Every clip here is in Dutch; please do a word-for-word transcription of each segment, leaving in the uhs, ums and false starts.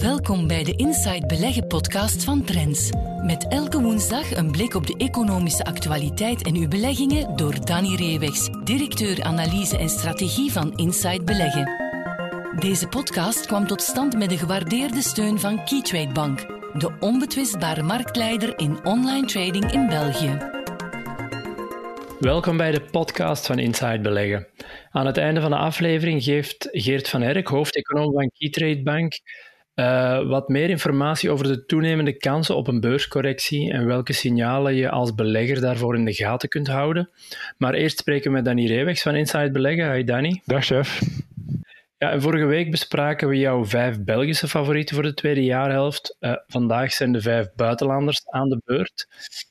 Welkom bij de Inside Beleggen podcast van Trends. Met elke woensdag een blik op de economische actualiteit en uw beleggingen door Danny Reewegs, directeur analyse en strategie van Inside Beleggen. Deze podcast kwam tot stand met de gewaardeerde steun van Keytrade Bank, de onbetwistbare marktleider in online trading in België. Welkom bij de podcast van Inside Beleggen. Aan het einde van de aflevering geeft Geert van Herk, hoofdeconoom van Keytrade Bank, uh, wat meer informatie over de toenemende kansen op een beurscorrectie en welke signalen je als belegger daarvoor in de gaten kunt houden. Maar eerst spreken we met Danny Reewegs van Inside Beleggen. Hi Danny. Dag chef. Ja, en vorige week bespraken we jouw vijf Belgische favorieten voor de tweede jaarhelft. Uh, vandaag zijn de vijf buitenlanders aan de beurt.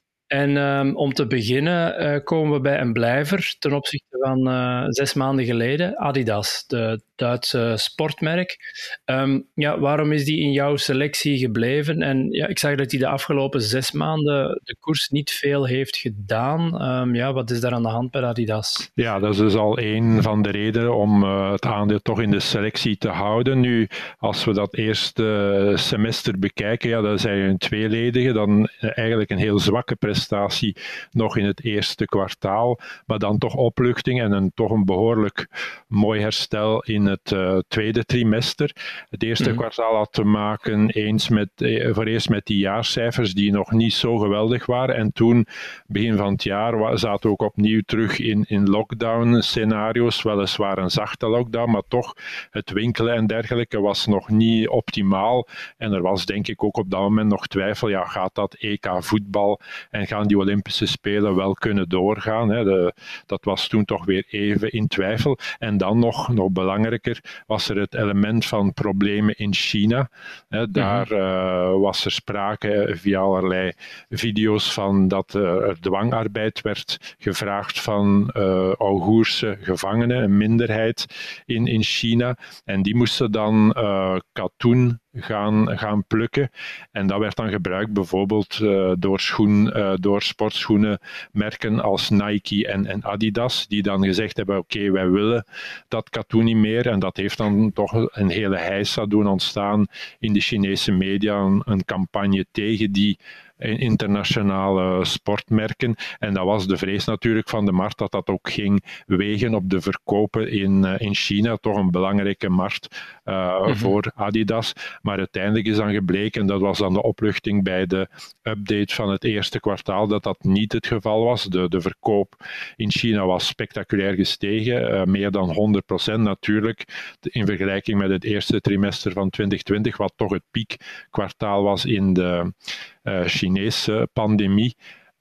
En um, om te beginnen uh, komen we bij een blijver ten opzichte van uh, zes maanden geleden, Adidas, de Duitse sportmerk. Um, ja, waarom is die in jouw selectie gebleven? En ja, ik zag dat hij de afgelopen zes maanden de koers niet veel heeft gedaan. Um, ja, wat is daar aan de hand bij Adidas? Ja, dat is dus al een van de redenen om uh, het aandeel toch in de selectie te houden. Nu, als we dat eerste semester bekijken, ja, dat is eigenlijk een tweeledige, dan uh, eigenlijk een heel zwakke prestatie nog in het eerste kwartaal, maar dan toch opluchting en een, toch een behoorlijk mooi herstel in het uh, tweede trimester. Het eerste mm. kwartaal had te maken eens met, eh, voor eerst met die jaarcijfers die nog niet zo geweldig waren en toen, begin van het jaar, zaten we ook opnieuw terug in, in lockdown-scenario's, weliswaar een zachte lockdown, maar toch het winkelen en dergelijke was nog niet optimaal en er was denk ik ook op dat moment nog twijfel, ja, gaat dat E K voetbal en gaan die Olympische Spelen wel kunnen doorgaan? Hè? De, dat was toen toch weer even in twijfel. En dan nog, nog belangrijker was er het element van problemen in China. Hè? Daar uh, was er sprake via allerlei video's van dat uh, er dwangarbeid werd gevraagd van uh, Oeigoerse gevangenen, een minderheid in, in China. En die moesten dan uh, katoen Gaan, gaan plukken. En dat werd dan gebruikt bijvoorbeeld uh, door, schoen, uh, door sportschoenenmerken als Nike en, en Adidas, die dan gezegd hebben, oké, okay, wij willen dat katoen niet meer. En dat heeft dan toch een hele heisa doen ontstaan in de Chinese media, een, een campagne tegen die internationale sportmerken. En dat was de vrees natuurlijk van de markt dat dat ook ging wegen op de verkopen in, uh, in China, toch een belangrijke markt uh, mm-hmm. voor Adidas. Maar uiteindelijk is dan gebleken, dat was dan de opluchting bij de update van het eerste kwartaal, dat dat niet het geval was. De, de verkoop in China was spectaculair gestegen, uh, meer dan honderd procent natuurlijk, in vergelijking met het eerste trimester van twintig twintig, wat toch het piekkwartaal was in de Uh, Chinese pandemie.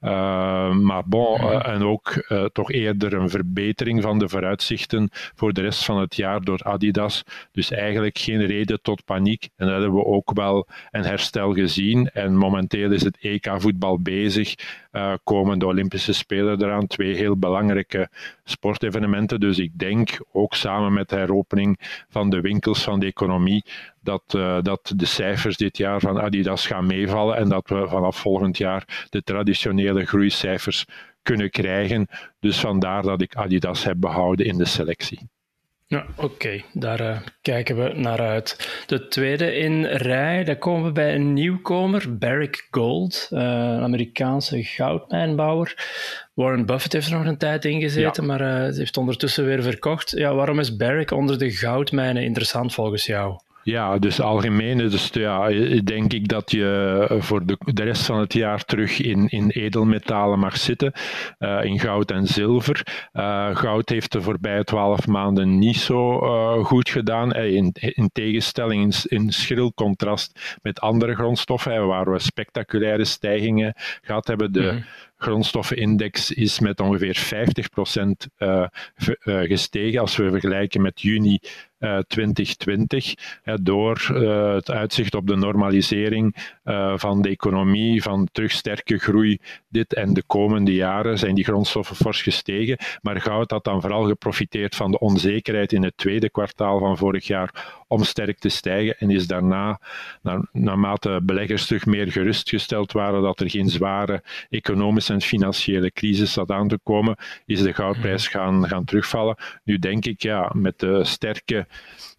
Uh, maar bon, uh, en ook uh, toch eerder een verbetering van de vooruitzichten voor de rest van het jaar door Adidas. Dus eigenlijk geen reden tot paniek. En dat hebben we ook wel een herstel gezien. En momenteel is het E K voetbal bezig. Uh, komen de Olympische Spelen eraan. Twee heel belangrijke sportevenementen. Dus ik denk, ook samen met de heropening van de winkels van de economie, dat, uh, dat de cijfers dit jaar van Adidas gaan meevallen en dat we vanaf volgend jaar de traditionele groeicijfers kunnen krijgen. Dus vandaar dat ik Adidas heb behouden in de selectie. Ja, oké, okay. Daar uh, kijken we naar uit. De tweede in rij, daar komen we bij een nieuwkomer, Barrick Gold, uh, een Amerikaanse goudmijnbouwer. Warren Buffett heeft er nog een tijd in gezeten, ja. maar uh, het heeft ondertussen weer verkocht. Ja, waarom is Barrick onder de goudmijnen interessant volgens jou? Ja, dus algemeen dus, ja, denk ik dat je voor de, de rest van het jaar terug in, in edelmetalen mag zitten, uh, in goud en zilver. Uh, goud heeft de voorbije twaalf maanden niet zo uh, goed gedaan, uh, in, in tegenstelling, in, in schril contrast met andere grondstoffen, uh, waar we spectaculaire stijgingen gehad hebben. De mm-hmm. grondstoffenindex is met ongeveer vijftig procent uh, uh, gestegen als we vergelijken met juni Uh, twintig twintig, uh, door uh, het uitzicht op de normalisering uh, van de economie, van terug sterke groei. Dit en de komende jaren zijn die grondstoffen fors gestegen, maar goud had dan vooral geprofiteerd van de onzekerheid in het tweede kwartaal van vorig jaar om sterk te stijgen en is daarna, na, naarmate beleggers terug meer gerustgesteld waren dat er geen zware economische en financiële crisis zat aan te komen, is de goudprijs gaan, gaan terugvallen. Nu denk ik, ja, met de sterke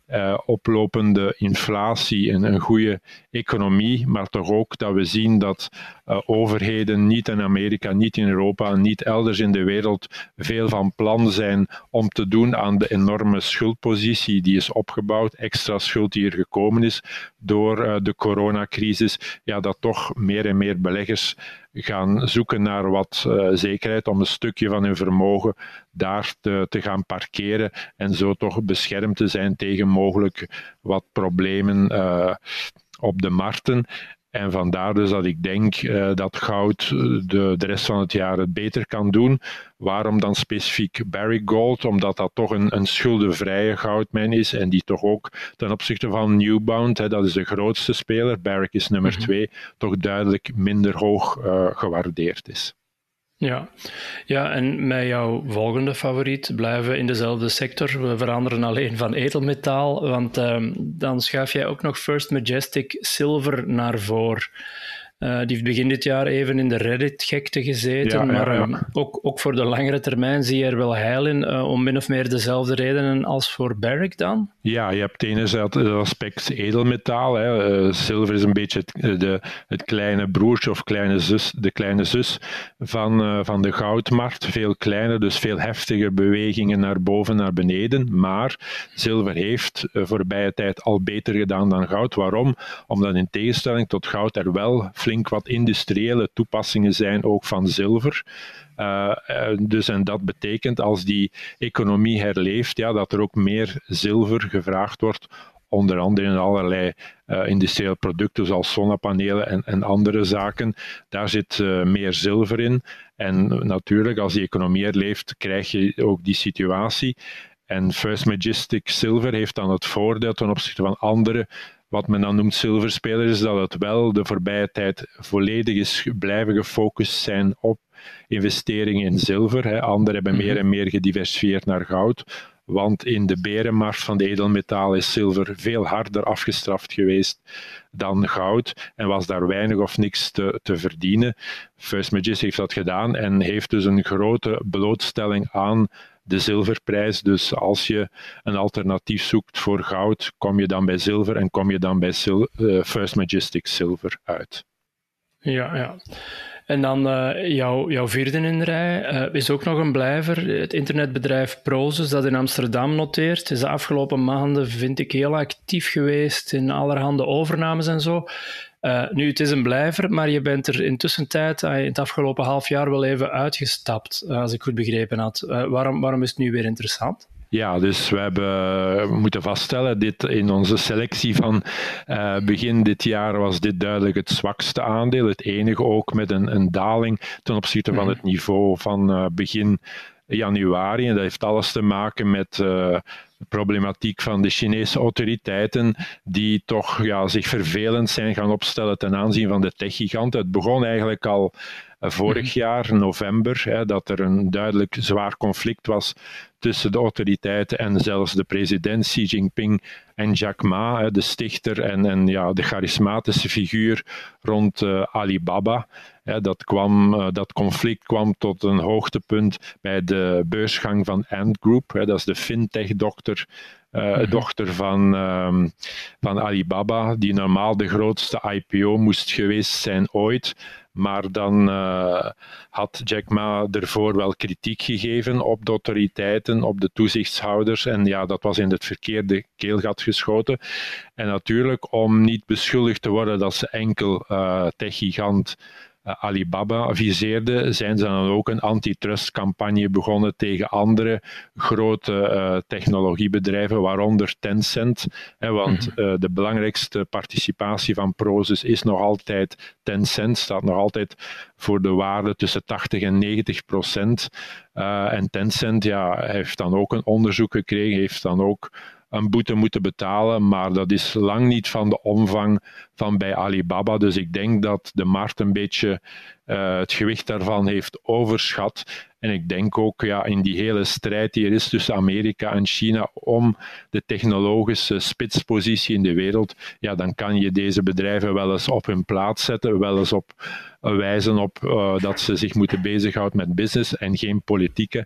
uh, oplopende inflatie en een goede economie, maar toch ook dat we zien dat uh, overheden niet in Amerika, niet in Europa, niet elders in de wereld veel van plan zijn om te doen aan de enorme schuldpositie die is opgebouwd, extra schuld die er gekomen is door uh, de coronacrisis, ja, dat toch meer en meer beleggers gaan zoeken naar wat uh, zekerheid om een stukje van hun vermogen daar te, te gaan parkeren en zo toch beschermd te zijn tegen mogelijk wat problemen uh, op de markten. En vandaar dus dat ik denk uh, dat goud de, de rest van het jaar het beter kan doen. Waarom dan specifiek Barrick Gold? Omdat dat toch een, een schuldenvrije goudmijn is en die toch ook ten opzichte van Newbound, hè, dat is de grootste speler, Barrick is nummer mm-hmm. twee, toch duidelijk minder hoog uh, gewaardeerd is. Ja. ja, en met jouw volgende favoriet blijven we in dezelfde sector. We veranderen alleen van edelmetaal, want um, dan schuif jij ook nog First Majestic Silver naar voren. Uh, die heeft begin dit jaar even in de Reddit-gekte gezeten, ja, maar ja, ja. Uh, ook, ook voor de langere termijn zie je er wel heil in, uh, om min of meer dezelfde redenen als voor Barrick dan? Ja, je hebt enerzijds het aspect edelmetaal. Hè. Uh, zilver is een beetje het, de, het kleine broertje of kleine zus, de kleine zus van, uh, van de goudmarkt. Veel kleiner, dus veel heftige bewegingen naar boven, naar beneden. Maar zilver heeft uh, voorbije tijd al beter gedaan dan goud. Waarom? Omdat in tegenstelling tot goud er wel flink wat industriële toepassingen zijn, ook van zilver. Uh, uh, dus en dat betekent, als die economie herleeft, ja, dat er ook meer zilver gevraagd wordt, onder andere in allerlei uh, industriële producten, zoals zonnepanelen en, en andere zaken. Daar zit uh, meer zilver in. En natuurlijk, als die economie herleeft, krijg je ook die situatie. En First Majestic Silver heeft dan het voordeel ten opzichte van andere, wat men dan noemt zilverspelers, is dat het wel de voorbije tijd volledig is blijven gefocust zijn op investeringen in zilver. Hè. Anderen hebben meer en meer gediversifieerd naar goud, want in de berenmarkt van de edelmetaal is zilver veel harder afgestraft geweest dan goud en was daar weinig of niks te, te verdienen. First Majestic heeft dat gedaan en heeft dus een grote blootstelling aan de zilverprijs. Dus als je een alternatief zoekt voor goud, kom je dan bij zilver en kom je dan bij sil- uh, First Majestic Silver uit. Ja, ja. En dan uh, jouw, jouw vierde in de rij uh, is ook nog een blijver. Het internetbedrijf Prosus, dat in Amsterdam noteert, is de afgelopen maanden, vind ik, heel actief geweest in allerhande overnames en zo. Uh, nu, het is een blijver, maar je bent er intussen tijd, uh, in het afgelopen half jaar wel even uitgestapt, uh, als ik goed begrepen had. Uh, waarom, waarom is het nu weer interessant? Ja, dus we hebben moeten vaststellen, dit in onze selectie van uh, begin dit jaar was dit duidelijk het zwakste aandeel. Het enige ook met een, een daling ten opzichte van het niveau van uh, begin januari. En dat heeft alles te maken met uh, de problematiek van de Chinese autoriteiten die toch ja, zich vervelend zijn gaan opstellen ten aanzien van de techgiganten. Het begon eigenlijk al uh, vorig jaar, november, hè, dat er een duidelijk zwaar conflict was tussen de autoriteiten en zelfs de president Xi Jinping en Jack Ma, de stichter en, en ja, de charismatische figuur rond uh, Alibaba. Dat, kwam, dat conflict kwam tot een hoogtepunt bij de beursgang van Ant Group. Dat is de fintech-dochter uh, dochter van, um, van Alibaba, die normaal de grootste I P O moest geweest zijn ooit. Maar dan uh, had Jack Ma ervoor wel kritiek gegeven op de autoriteiten, op de toezichtshouders. En ja, dat was in het verkeerde keelgat geschoten. En natuurlijk, om niet beschuldigd te worden dat ze enkel uh, techgigant uh, Alibaba viseerde, zijn ze dan ook een antitrustcampagne begonnen tegen andere grote uh, technologiebedrijven, waaronder Tencent. Hè, want uh, de belangrijkste participatie van Prosus is nog altijd Tencent, staat nog altijd voor de waarde tussen tachtig en negentig procent. Uh, en Tencent ja, heeft dan ook een onderzoek gekregen, heeft dan ook een boete moeten betalen, maar dat is lang niet van de omvang van bij Alibaba. Dus ik denk dat de markt een beetje uh, het gewicht daarvan heeft overschat. En ik denk ook ja, in die hele strijd die er is tussen Amerika en China om de technologische spitspositie in de wereld, ja, dan kan je deze bedrijven wel eens op hun plaats zetten, wel eens op uh, wijzen op uh, dat ze zich moeten bezighouden met business en geen politieke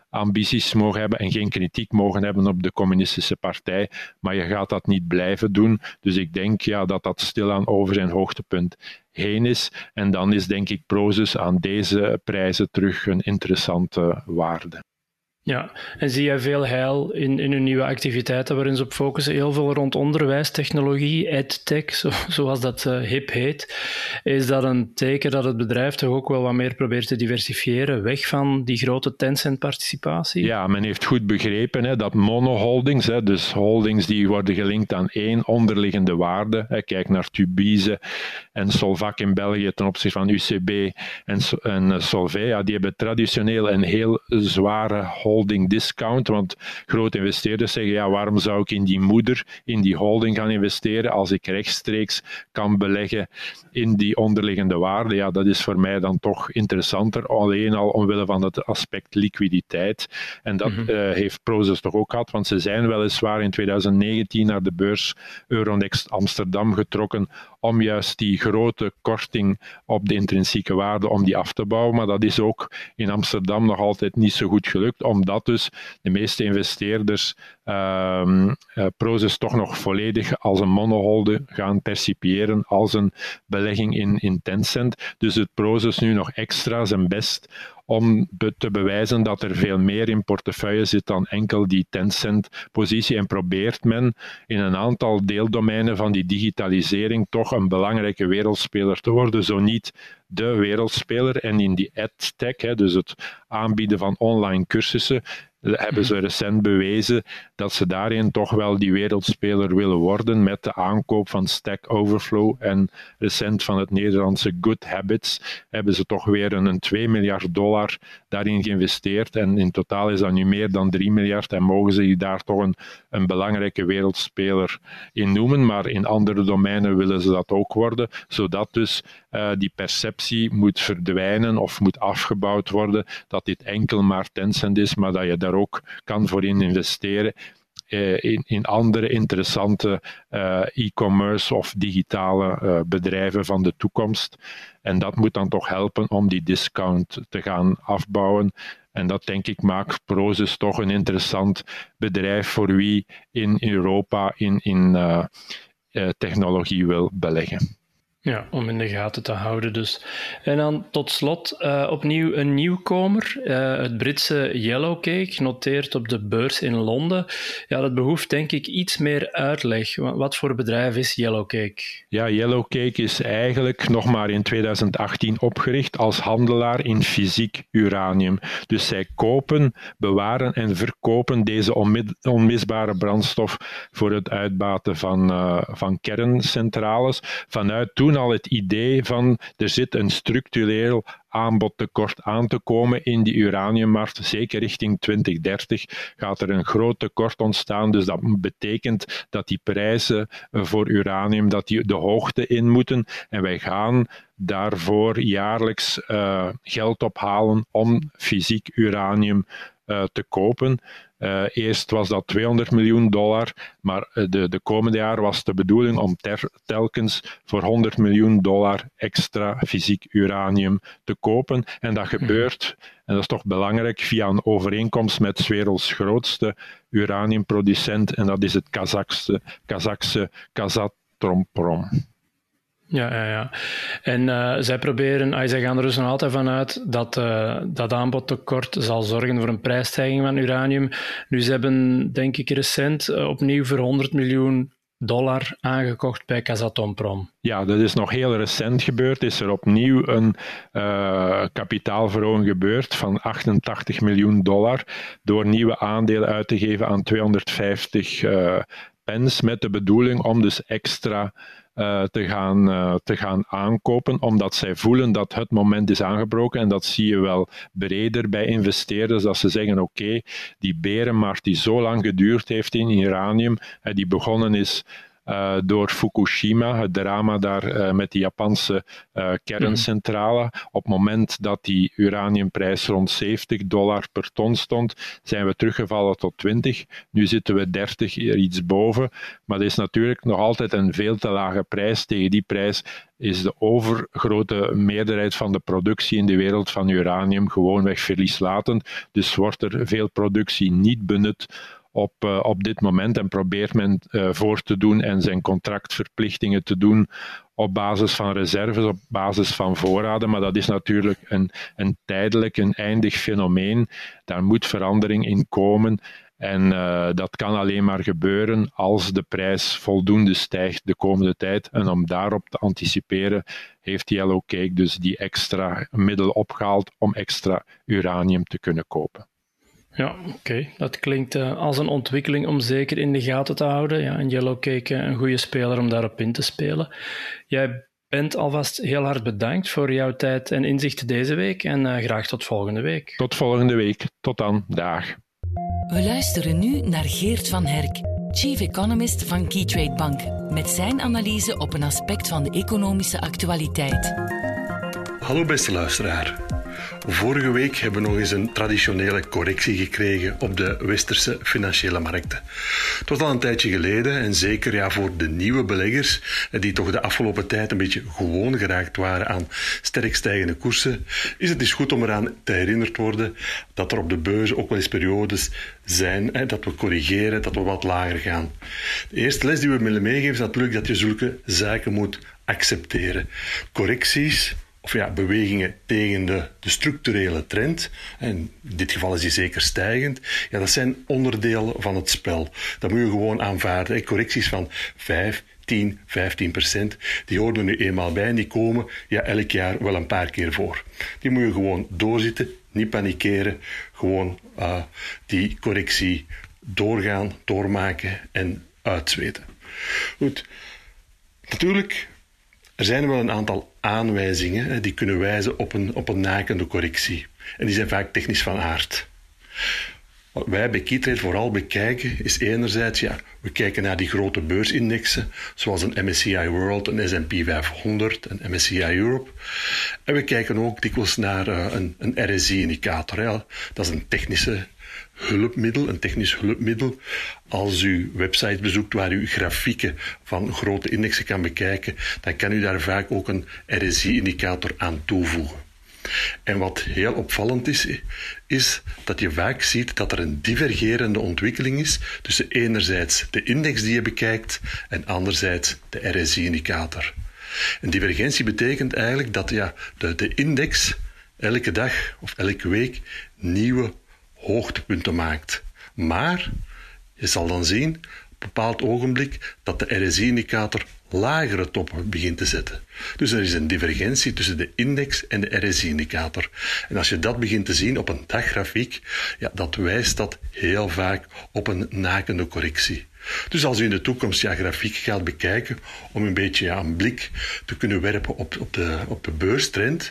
ambities mogen hebben en geen kritiek mogen hebben op de communistische partij. Maar je gaat dat niet blijven doen. Dus ik denk ja, dat dat stilaan over zijn hoogtepunt heen is. En dan is denk ik Prosus aan deze prijzen terug een interessante waarde. Ja, en zie jij veel heil in, in hun nieuwe activiteiten waarin ze op focussen? Heel veel rond onderwijs, technologie, edtech, zo, zoals dat uh, hip heet. Is dat een teken dat het bedrijf toch ook wel wat meer probeert te diversifiëren, weg van die grote Tencent-participatie? Ja, men heeft goed begrepen hè, dat monoholdings, hè, dus holdings die worden gelinkt aan één onderliggende waarde. Hè, kijk naar Tubize en Solvac in België ten opzichte van U C B en, en Solvay. Ja, die hebben traditioneel een heel zware holding holding discount, want grote investeerders zeggen, ja, waarom zou ik in die moeder, in die holding gaan investeren als ik rechtstreeks kan beleggen in die onderliggende waarde? Ja, dat is voor mij dan toch interessanter, alleen al omwille van het aspect liquiditeit. En dat mm-hmm. uh, heeft Prosus toch ook gehad, want ze zijn weliswaar in twintig negentien naar de beurs Euronext Amsterdam getrokken om juist die grote korting op de intrinsieke waarde, om die af te bouwen. Maar dat is ook in Amsterdam nog altijd niet zo goed gelukt, omdat dus de meeste investeerders uh, uh, Prosus toch nog volledig als een monoholder gaan percipiëren, als een belegging in, in Tencent. Dus het Prosus nu nog extra zijn best om be- te bewijzen dat er veel meer in portefeuille zit dan enkel die Tencent-positie. En probeert men in een aantal deeldomeinen van die digitalisering toch een belangrijke wereldspeler te worden, zo niet de wereldspeler. En in die edtech, hè, dus het aanbieden van online cursussen, hebben ze recent bewezen dat ze daarin toch wel die wereldspeler willen worden met de aankoop van Stack Overflow en recent van het Nederlandse Good Habits hebben ze toch weer een twee miljard dollar daarin geïnvesteerd en in totaal is dat nu meer dan drie miljard en mogen ze daar toch een, een belangrijke wereldspeler in noemen, maar in andere domeinen willen ze dat ook worden, zodat dus uh, die perceptie moet verdwijnen of moet afgebouwd worden dat dit enkel maar Tencent is, maar dat je daar ook kan voor in investeren uh, in, in andere interessante uh, e-commerce of digitale uh, bedrijven van de toekomst. En dat moet dan toch helpen om die discount te gaan afbouwen. En dat, denk ik, maakt Prosus toch een interessant bedrijf voor wie in Europa in, in uh, uh, technologie wil beleggen. Ja, om in de gaten te houden dus. En dan tot slot uh, opnieuw een nieuwkomer. Uh, het Britse Yellowcake noteert op de beurs in Londen. Ja, dat behoeft denk ik iets meer uitleg. Wat voor bedrijf is Yellowcake? Ja, Yellowcake is eigenlijk nog maar in twintig achttien opgericht als handelaar in fysiek uranium. Dus zij kopen, bewaren en verkopen deze onmid- onmisbare brandstof voor het uitbaten van, uh, van kerncentrales. Vanuit toen al het idee van er zit een structureel aanbodtekort aan te komen in die uraniummarkt. Zeker richting twintig dertig gaat er een groot tekort ontstaan. Dus dat betekent dat die prijzen voor uranium dat die de hoogte in moeten. En wij gaan daarvoor jaarlijks uh, geld ophalen om fysiek uranium uh, te kopen. Uh, eerst was dat tweehonderd miljoen dollar, maar de, de komende jaar was de bedoeling om ter, telkens voor honderd miljoen dollar extra fysiek uranium te kopen. En dat gebeurt, en dat is toch belangrijk, via een overeenkomst met 's werelds grootste uraniumproducent, en dat is het Kazachse, Kazachse Kazatomprom. Ja, ja, ja. En uh, zij proberen, uh, zij gaan er dus nog altijd vanuit dat uh, dat aanbodtekort zal zorgen voor een prijsstijging van uranium. Nu, ze hebben, denk ik, recent uh, opnieuw voor honderd miljoen dollar aangekocht bij Kazatomprom. Ja, dat is nog heel recent gebeurd. Is er opnieuw een uh, kapitaalverhoging gebeurd van achtentachtig miljoen dollar door nieuwe aandelen uit te geven aan tweehonderdvijftig uh, pence met de bedoeling om dus extra Uh, te, gaan, uh, te gaan aankopen, omdat zij voelen dat het moment is aangebroken. En dat zie je wel breder bij investeerders, dat ze zeggen, oké, okay, die berenmarkt die zo lang geduurd heeft in uranium, uh, die begonnen is uh, door Fukushima, het drama daar uh, met die Japanse uh, kerncentrale. Mm. Op het moment dat die uraniumprijs rond zeventig dollar per ton stond, zijn we teruggevallen tot twintig. Nu zitten we dertig, er iets boven. Maar dat is natuurlijk nog altijd een veel te lage prijs. Tegen die prijs is de overgrote meerderheid van de productie in de wereld van uranium gewoonweg verlieslatend. Dus wordt er veel productie niet benut op, uh, op dit moment en probeert men uh, voor te doen en zijn contractverplichtingen te doen op basis van reserves, op basis van voorraden. Maar dat is natuurlijk een, een tijdelijk, een eindig fenomeen. Daar moet verandering in komen. En uh, dat kan alleen maar gebeuren als de prijs voldoende stijgt de komende tijd. En om daarop te anticiperen heeft Yellowcake dus die extra middel opgehaald om extra uranium te kunnen kopen. Ja, oké. Okay. Dat klinkt uh, als een ontwikkeling om zeker in de gaten te houden. Ja, en Yellowcake uh, een goede speler om daarop in te spelen. Jij bent alvast heel hard bedankt voor jouw tijd en inzichten deze week. En uh, graag tot volgende week. Tot volgende week. Tot dan. Dag. We luisteren nu naar Geert van Herk, Chief Economist van Keytrade Bank, met zijn analyse op een aspect van de economische actualiteit. Hallo beste luisteraar. Vorige week hebben we nog eens een traditionele correctie gekregen op de westerse financiële markten. Het was al een tijdje geleden en zeker ja, voor de nieuwe beleggers die toch de afgelopen tijd een beetje gewoon geraakt waren aan sterk stijgende koersen, is het dus goed om eraan te herinnerd worden dat er op de beurzen ook wel eens periodes zijn hè, dat we corrigeren, dat we wat lager gaan. De eerste les die we willen meegeven is natuurlijk dat je zulke zaken moet accepteren. Correcties of ja, bewegingen tegen de, de structurele trend, en in dit geval is die zeker stijgend, ja, dat zijn onderdelen van het spel. Dat moet je gewoon aanvaarden. Hè. Correcties van vijf, tien, vijftien procent, die horen er nu eenmaal bij en die komen ja, elk jaar wel een paar keer voor. Die moet je gewoon doorzitten, niet panikeren, gewoon uh, die correctie doorgaan, doormaken en uitzweten. Goed, natuurlijk, er zijn wel een aantal aanwijzingen hè, die kunnen wijzen op een, op een nakende correctie. En die zijn vaak technisch van aard. Wat wij bij Keytrade vooral bekijken is enerzijds, ja, we kijken naar die grote beursindexen, zoals een M S C I World, een S en P vijfhonderd, een M S C I Europe. En we kijken ook dikwijls naar uh, een, een R S I-indicator. Hè. Dat is een technische hulpmiddel, een technisch hulpmiddel. Als u websites bezoekt waar u grafieken van grote indexen kan bekijken, dan kan u daar vaak ook een R S I-indicator aan toevoegen. En wat heel opvallend is, is dat je vaak ziet dat er een divergerende ontwikkeling is tussen enerzijds de index die je bekijkt en anderzijds de R S I-indicator. Een divergentie betekent eigenlijk dat ja, de, de index elke dag of elke week nieuwe hoogtepunten maakt. Maar je zal dan zien op een bepaald ogenblik dat de R S I-indicator lagere toppen begint te zetten. Dus er is een divergentie tussen de index en de R S I-indicator. En als je dat begint te zien op een daggrafiek, ja, dat wijst dat heel vaak op een nakende correctie. Dus als u in de toekomst ja, grafiek gaat bekijken, om een beetje ja, een blik te kunnen werpen op, op, de, op de beurstrend,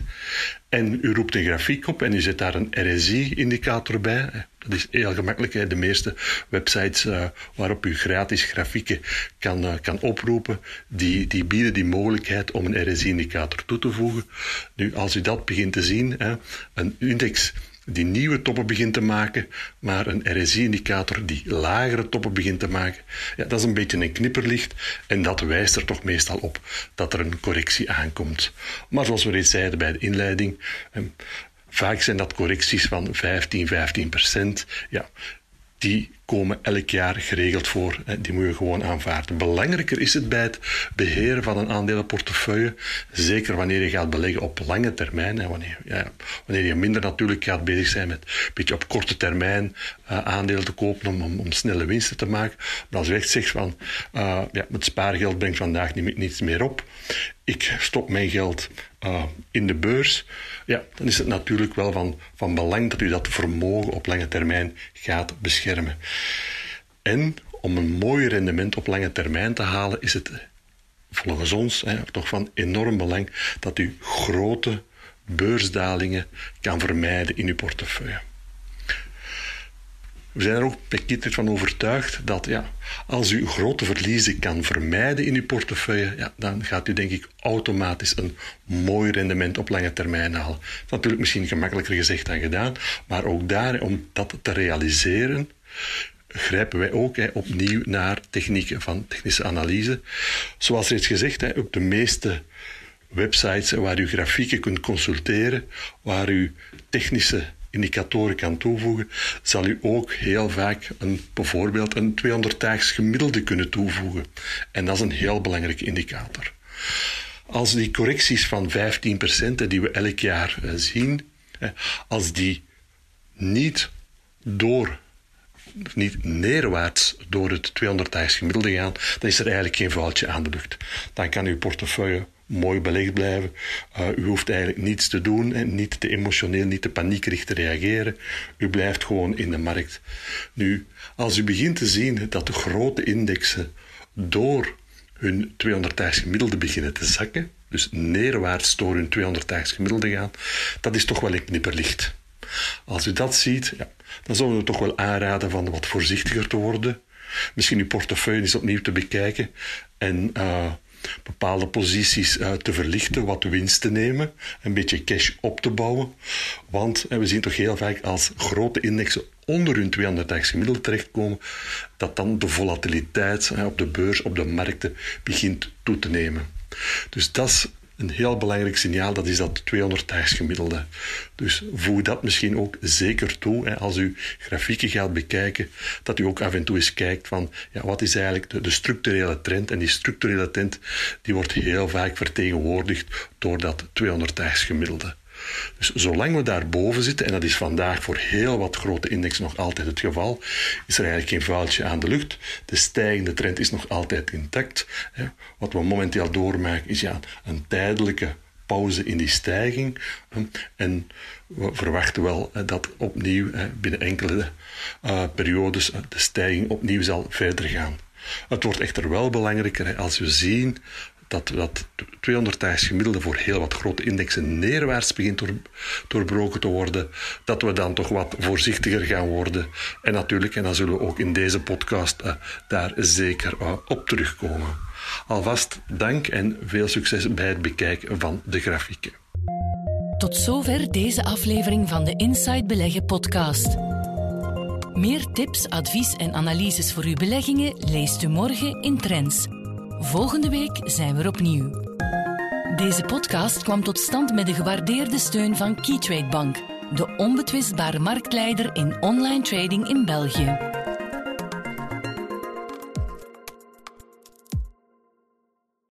en u roept een grafiek op en u zet daar een R S I-indicator bij. Dat is heel gemakkelijk. Hè. De meeste websites uh, waarop u gratis grafieken kan, uh, kan oproepen, die, die bieden die mogelijkheid om een R S I-indicator toe te voegen. Nu, als u dat begint te zien, hè, een index die nieuwe toppen begint te maken, maar een R S I-indicator die lagere toppen begint te maken, ja, dat is een beetje een knipperlicht en dat wijst er toch meestal op dat er een correctie aankomt. Maar zoals we reeds zeiden bij de inleiding, eh, vaak zijn dat correcties van vijftien, vijftien procent. Ja, die komen elk jaar geregeld voor. Die moet je gewoon aanvaarden. Belangrijker is het bij het beheren van een aandelenportefeuille, zeker wanneer je gaat beleggen op lange termijn, wanneer, ja, wanneer je minder natuurlijk gaat bezig zijn met een beetje op korte termijn uh, aandelen te kopen om, om, om snelle winsten te maken. Maar als je echt zegt van, uh, ja, het spaargeld brengt vandaag niet, niets meer op, ik stop mijn geld uh, in de beurs, ja, dan is het natuurlijk wel van, van belang dat u dat vermogen op lange termijn gaat beschermen. En om een mooi rendement op lange termijn te halen, is het volgens ons hè, toch van enorm belang dat u grote beursdalingen kan vermijden in uw portefeuille. We zijn er ook bij Kittredge van overtuigd dat ja, als u grote verliezen kan vermijden in uw portefeuille, ja, dan gaat u denk ik automatisch een mooi rendement op lange termijn halen. Dat is natuurlijk misschien gemakkelijker gezegd dan gedaan, maar ook daar, om dat te realiseren, grijpen wij ook hè, opnieuw naar technieken van technische analyse. Zoals reeds gezegd, hè, op de meeste websites waar u grafieken kunt consulteren, waar u technische indicatoren kan toevoegen, zal u ook heel vaak een, bijvoorbeeld een tweehonderd-daags gemiddelde kunnen toevoegen. En dat is een heel belangrijke indicator. Als die correcties van vijftien procent die we elk jaar zien, als die niet door niet neerwaarts door het tweehonderd-daags gemiddelde gaan, dan is er eigenlijk geen foutje aan de lucht. Dan kan uw portefeuille mooi belegd blijven. Uh, u hoeft eigenlijk niets te doen en niet te emotioneel, niet te paniekerig te reageren. U blijft gewoon in de markt. Nu, als u begint te zien dat de grote indexen door hun tweehonderd-daags gemiddelde beginnen te zakken, dus neerwaarts door hun tweehonderd-daags gemiddelde gaan, dat is toch wel een knipperlicht. Als u dat ziet, ja, dan zouden we toch wel aanraden van wat voorzichtiger te worden. Misschien uw portefeuille eens opnieuw te bekijken en uh, bepaalde posities uh, te verlichten, wat winst te nemen, een beetje cash op te bouwen. Want uh, we zien toch heel vaak als grote indexen onder hun tweehonderd-daags gemiddelde terechtkomen, dat dan de volatiliteit uh, op de beurs, op de markten, begint toe te nemen. Dus dat is een heel belangrijk signaal, dat is dat tweehonderd-daags gemiddelde. Dus voeg dat misschien ook zeker toe, hè, als u grafieken gaat bekijken, dat u ook af en toe eens kijkt van, ja, wat is eigenlijk de, de structurele trend? En die structurele trend, die wordt heel vaak vertegenwoordigd door dat tweehonderd-daags gemiddelde. Dus zolang we daarboven zitten, en dat is vandaag voor heel wat grote indexen nog altijd het geval, is er eigenlijk geen foutje aan de lucht. De stijgende trend is nog altijd intact. Wat we momenteel doormaken is ja, een tijdelijke pauze in die stijging. En we verwachten wel dat opnieuw binnen enkele periodes de stijging opnieuw zal verder gaan. Het wordt echter wel belangrijker als we zien dat dat tweehonderd-daags gemiddelde voor heel wat grote indexen neerwaarts begint door, doorbroken te worden, dat we dan toch wat voorzichtiger gaan worden. En natuurlijk, en dan zullen we ook in deze podcast uh, daar zeker uh, op terugkomen. Alvast dank en veel succes bij het bekijken van de grafieken. Tot zover deze aflevering van de Inside Beleggen podcast. Meer tips, advies en analyses voor uw beleggingen leest u morgen in Trends. Volgende week zijn we er opnieuw. Deze podcast kwam tot stand met de gewaardeerde steun van Keytrade Bank, de onbetwistbare marktleider in online trading in België.